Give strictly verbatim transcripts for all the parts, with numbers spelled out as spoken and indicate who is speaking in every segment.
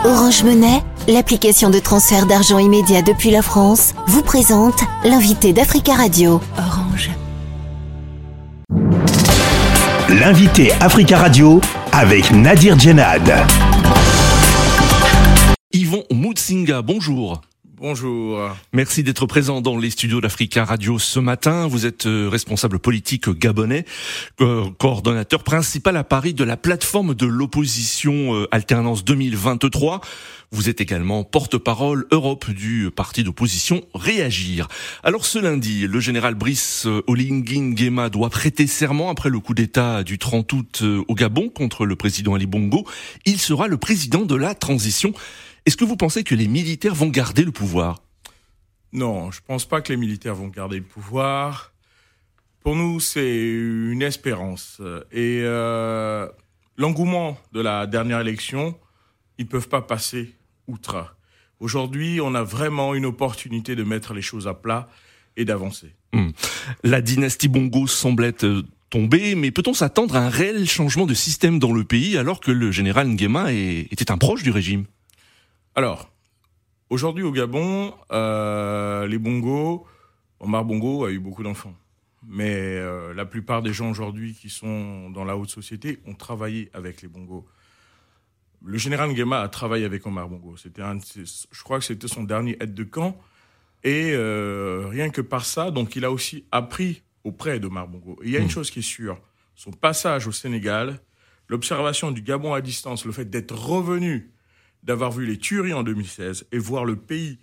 Speaker 1: Orange Money, l'application de transfert d'argent immédiat depuis la France, vous présente l'invité d'Africa Radio. Orange.
Speaker 2: L'invité Africa Radio avec Nadir Djenad.
Speaker 3: Yvon Moutsinga, bonjour.
Speaker 4: Bonjour.
Speaker 3: Merci d'être présent dans les studios d'Africa Radio ce matin. Vous êtes responsable politique gabonais, co- coordonnateur principal à Paris de la plateforme de l'opposition euh, Alternance deux mille vingt-trois. Vous êtes également porte-parole Europe du parti d'opposition Réagir. Alors ce lundi, le général Brice Oligui Nguema doit prêter serment après le coup d'État du trente août au Gabon contre le président Ali Bongo. Il sera le président de la transition. Est-ce que vous pensez que les militaires vont garder le pouvoir ?
Speaker 4: Non, je pense pas que les militaires vont garder le pouvoir. Pour nous, c'est une espérance. Et euh, l'engouement de la dernière élection, ils peuvent pas passer outre. Aujourd'hui, on a vraiment une opportunité de mettre les choses à plat et d'avancer.
Speaker 3: Hum. La dynastie Bongo semble être tombée, mais peut-on s'attendre à un réel changement de système dans le pays alors que le général Nguema est, était un proche du régime ?
Speaker 4: Alors, aujourd'hui au Gabon, euh, les Bongo, Omar Bongo a eu beaucoup d'enfants. Mais euh, la plupart des gens aujourd'hui qui sont dans la haute société ont travaillé avec les Bongo. Le général Nguema a travaillé avec Omar Bongo. C'était un de ses, je crois que c'était son dernier aide de camp. Et euh, rien que par ça, donc il a aussi appris auprès d'Omar Bongo. Et il y a une chose qui est sûre, son passage au Sénégal, l'observation du Gabon à distance, le fait d'être revenu, d'avoir vu les tueries en deux mille seize et voir le pays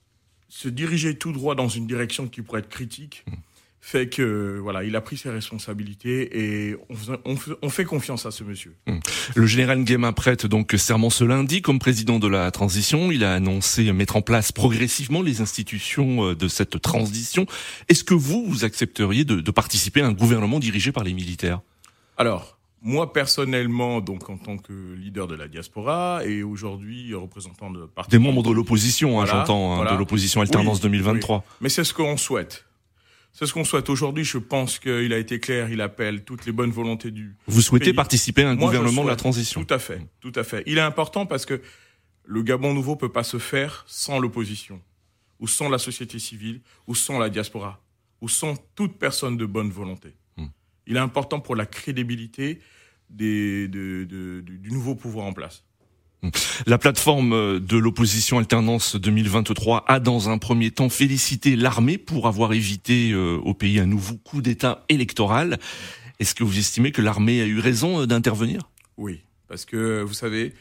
Speaker 4: se diriger tout droit dans une direction qui pourrait être critique, mmh. fait que voilà, il a pris ses responsabilités et on, on, on fait confiance à ce monsieur.
Speaker 3: Mmh. Le général Nguema prête donc serment ce lundi comme président de la transition. Il a annoncé mettre en place progressivement les institutions de cette transition. Est-ce que vous, vous accepteriez de, de participer à un gouvernement dirigé par les militaires ?
Speaker 4: Alors, moi, personnellement, donc en tant que leader de la diaspora et aujourd'hui représentant de parti...
Speaker 3: Des membres de l'opposition,
Speaker 4: voilà,
Speaker 3: hein, j'entends,
Speaker 4: voilà.
Speaker 3: hein, de l'opposition Alternance
Speaker 4: oui,
Speaker 3: deux mille vingt-trois.
Speaker 4: Oui. Mais c'est ce qu'on souhaite. C'est ce qu'on souhaite. Aujourd'hui, je pense qu'il a été clair, il appelle toutes les bonnes volontés du
Speaker 3: Vous souhaitez
Speaker 4: pays.
Speaker 3: participer à un
Speaker 4: moi,
Speaker 3: gouvernement de la transition ?
Speaker 4: Tout à fait, tout à fait. Il est important parce que le Gabon nouveau peut pas se faire sans l'opposition, ou sans la société civile, ou sans la diaspora, ou sans toute personne de bonne volonté. Hmm. Il est important pour la crédibilité Des, de, de, de, du nouveau pouvoir en place.
Speaker 3: La plateforme de l'opposition Alternance deux mille vingt-trois a dans un premier temps félicité l'armée pour avoir évité euh, au pays un nouveau coup d'État électoral. Est-ce que vous estimez que l'armée a eu raison d'intervenir ?
Speaker 4: Oui, parce que vous savez,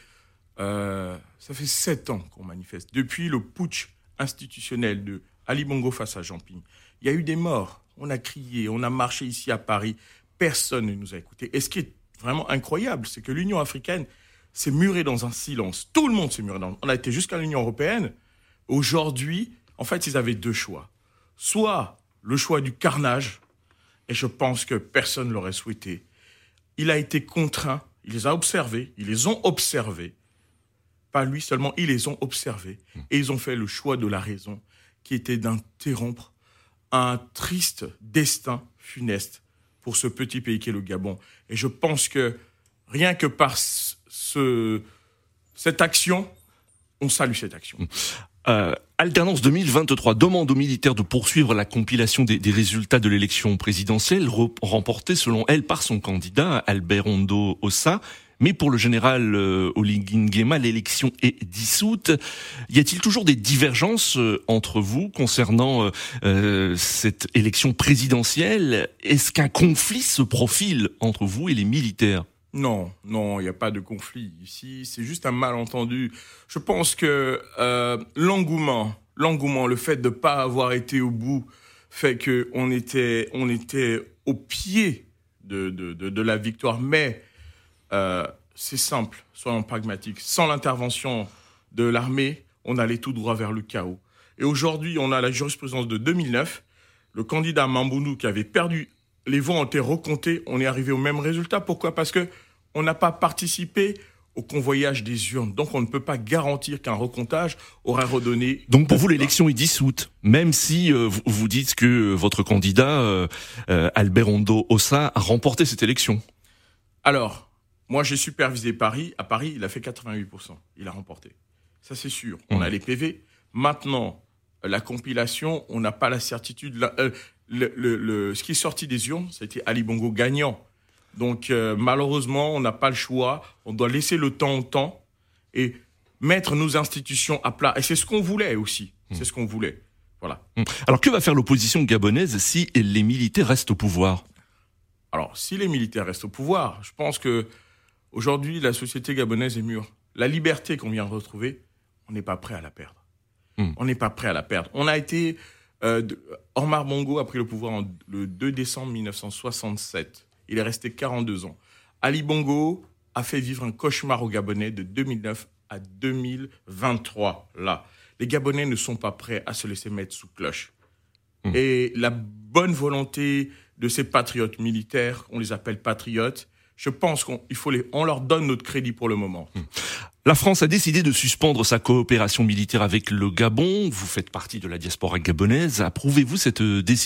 Speaker 4: euh, ça fait sept ans qu'on manifeste. Depuis le putsch institutionnel de Ali Bongo face à Jean Ping, il y a eu des morts. On a crié, on a marché ici à Paris. Personne ne nous a écoutés. Et ce qui est vraiment incroyable, c'est que l'Union africaine s'est murée dans un silence. Tout le monde s'est muré dans... On a été jusqu'à l'Union européenne. Aujourd'hui, en fait, ils avaient deux choix. Soit le choix du carnage, et je pense que personne ne l'aurait souhaité. Il a été contraint, il les a observés, ils les ont observés. Pas lui seulement, ils les ont observés. Et ils ont fait le choix de la raison, qui était d'interrompre un triste destin funeste pour ce petit pays qu'est le Gabon. Et je pense que rien que par ce, cette action, on salue cette action.
Speaker 3: Euh, Alternance deux mille vingt-trois demande aux militaires de poursuivre la compilation des, des résultats de l'élection présidentielle re- remportée selon elle par son candidat Alberondo Ossa. Mais pour le général euh, Oligui Nguema, l'élection est dissoute. Y a-t-il toujours des divergences euh, entre vous concernant euh, euh, cette élection présidentielle ? Est-ce qu'un conflit se profile entre vous et les militaires ?
Speaker 4: Non, non, il n'y a pas de conflit ici. C'est juste un malentendu. Je pense que euh, l'engouement, l'engouement, le fait de ne pas avoir été au bout, fait que on était, on était au pied de de de, de la victoire. Mais Euh, c'est simple, soyons pragmatiques. Sans l'intervention de l'armée, on allait tout droit vers le chaos. Et aujourd'hui, on a la jurisprudence de deux mille neuf. Le candidat Mamboundou qui avait perdu, les voix ont été recomptées, on est arrivé au même résultat. Pourquoi ? Parce que on n'a pas participé au convoyage des urnes. Donc on ne peut pas garantir qu'un recomptage aura redonné...
Speaker 3: Donc pour vous, l'élection est dissoute, même si euh, vous, vous dites que votre candidat, euh, euh, Alberondo Ossa, a remporté cette élection.
Speaker 4: Alors... Moi, j'ai supervisé Paris. À Paris, il a fait quatre-vingt-huit pour cent. Il a remporté. ça c'est sûr. Mmh. On a les P V. Maintenant, la compilation, on n'a pas la certitude. La, euh, le, le, le, ce qui est sorti des urnes, c'était Ali Bongo gagnant. Donc euh, malheureusement, on n'a pas le choix. On doit laisser le temps au temps et mettre nos institutions à plat. Et c'est ce qu'on voulait aussi. Mmh. C'est ce qu'on voulait. Voilà.
Speaker 3: Alors que va faire l'opposition gabonaise si les militaires restent au pouvoir ?
Speaker 4: Alors, si les militaires restent au pouvoir, je pense que aujourd'hui la société gabonaise est mûre. La liberté qu'on vient de retrouver, on n'est pas prêt à la perdre. Mmh. On n'est pas prêt à la perdre. On a été... Euh, de, Omar Bongo a pris le pouvoir en, le deux décembre mille neuf cent soixante-sept. Il est resté quarante-deux ans. Ali Bongo a fait vivre un cauchemar aux Gabonais de deux mille neuf à deux mille vingt-trois. Là, les Gabonais ne sont pas prêts à se laisser mettre sous cloche. Mmh. Et la bonne volonté de ces patriotes militaires, on les appelle patriotes, je pense qu'on il faut les, on leur donne notre crédit pour le moment. Mmh.
Speaker 3: La France a décidé de suspendre sa coopération militaire avec le Gabon. Vous faites partie de la diaspora gabonaise. Approuvez-vous cette décision ?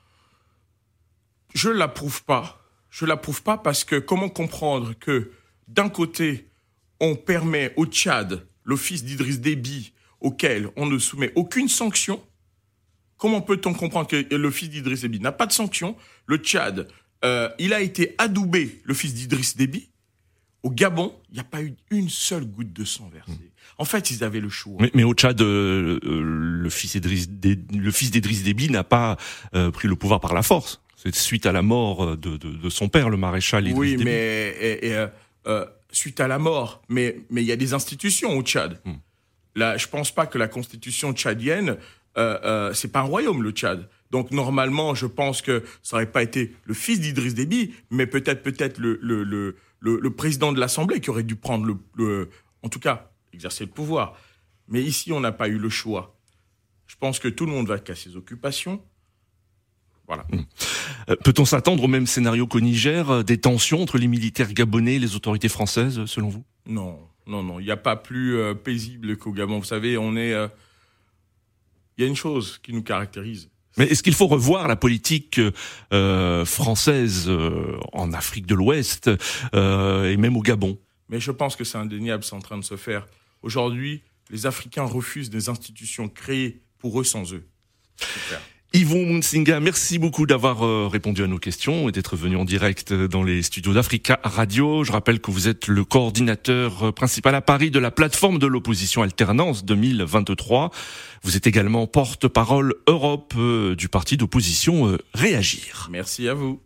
Speaker 4: Je ne l'approuve pas. Je ne l'approuve pas parce que comment comprendre que d'un côté, on permet au Tchad, l'office d'Idriss Déby, auquel on ne soumet aucune sanction. Comment peut-on comprendre que l'office d'Idriss Déby n'a pas de sanction ? Le Tchad, euh, il a été adoubé, l'office d'Idriss Déby. Au Gabon, il n'y a pas eu une seule goutte de sang versée. Mmh. En fait, ils avaient le choix.
Speaker 3: Mais, mais au Tchad, euh, le fils d'Idriss Déby n'a pas euh, pris le pouvoir par la force. C'est suite à la mort de, de, de son père, le maréchal Idriss
Speaker 4: oui,
Speaker 3: Déby.
Speaker 4: Oui, mais et, et, euh, suite à la mort. Mais mais il y a des institutions au Tchad. Mmh. Là, je pense pas que la constitution tchadienne, euh, euh, c'est pas un royaume, le Tchad. Donc normalement, je pense que ça aurait pas été le fils d'Idriss Déby, mais peut-être peut-être le le le le, le président de l'Assemblée qui aurait dû prendre le, le en tout cas exercer le pouvoir. Mais ici, on n'a pas eu le choix. Je pense que tout le monde va qu'à ses occupations. Voilà.
Speaker 3: Mmh. Euh, peut-on s'attendre au même scénario qu'au Niger, des tensions entre les militaires gabonais et les autorités françaises, selon vous ?
Speaker 4: Non, non, non. Il n'y a pas plus euh, paisible qu'au Gabon. Vous savez, on est. Il euh, y a une chose qui nous caractérise.
Speaker 3: Mais est-ce qu'il faut revoir la politique euh, française euh, en Afrique de l'Ouest euh, et même au Gabon ?
Speaker 4: Mais je pense que c'est indéniable, c'est en train de se faire. Aujourd'hui, les Africains refusent des institutions créées pour eux sans eux. Super.
Speaker 3: Yvon Mounsinga, merci beaucoup d'avoir euh, répondu à nos questions et d'être venu en direct dans les studios d'Africa Radio. Je rappelle que vous êtes le coordinateur principal à Paris de la plateforme de l'opposition Alternance deux mille vingt-trois. Vous êtes également porte-parole Europe euh, du parti d'opposition euh, Réagir.
Speaker 4: Merci à vous.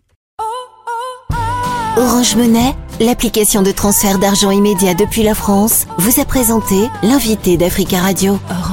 Speaker 1: Orange Money, l'application de transfert d'argent immédiat depuis la France, vous a présenté l'invité d'Africa Radio. Orange.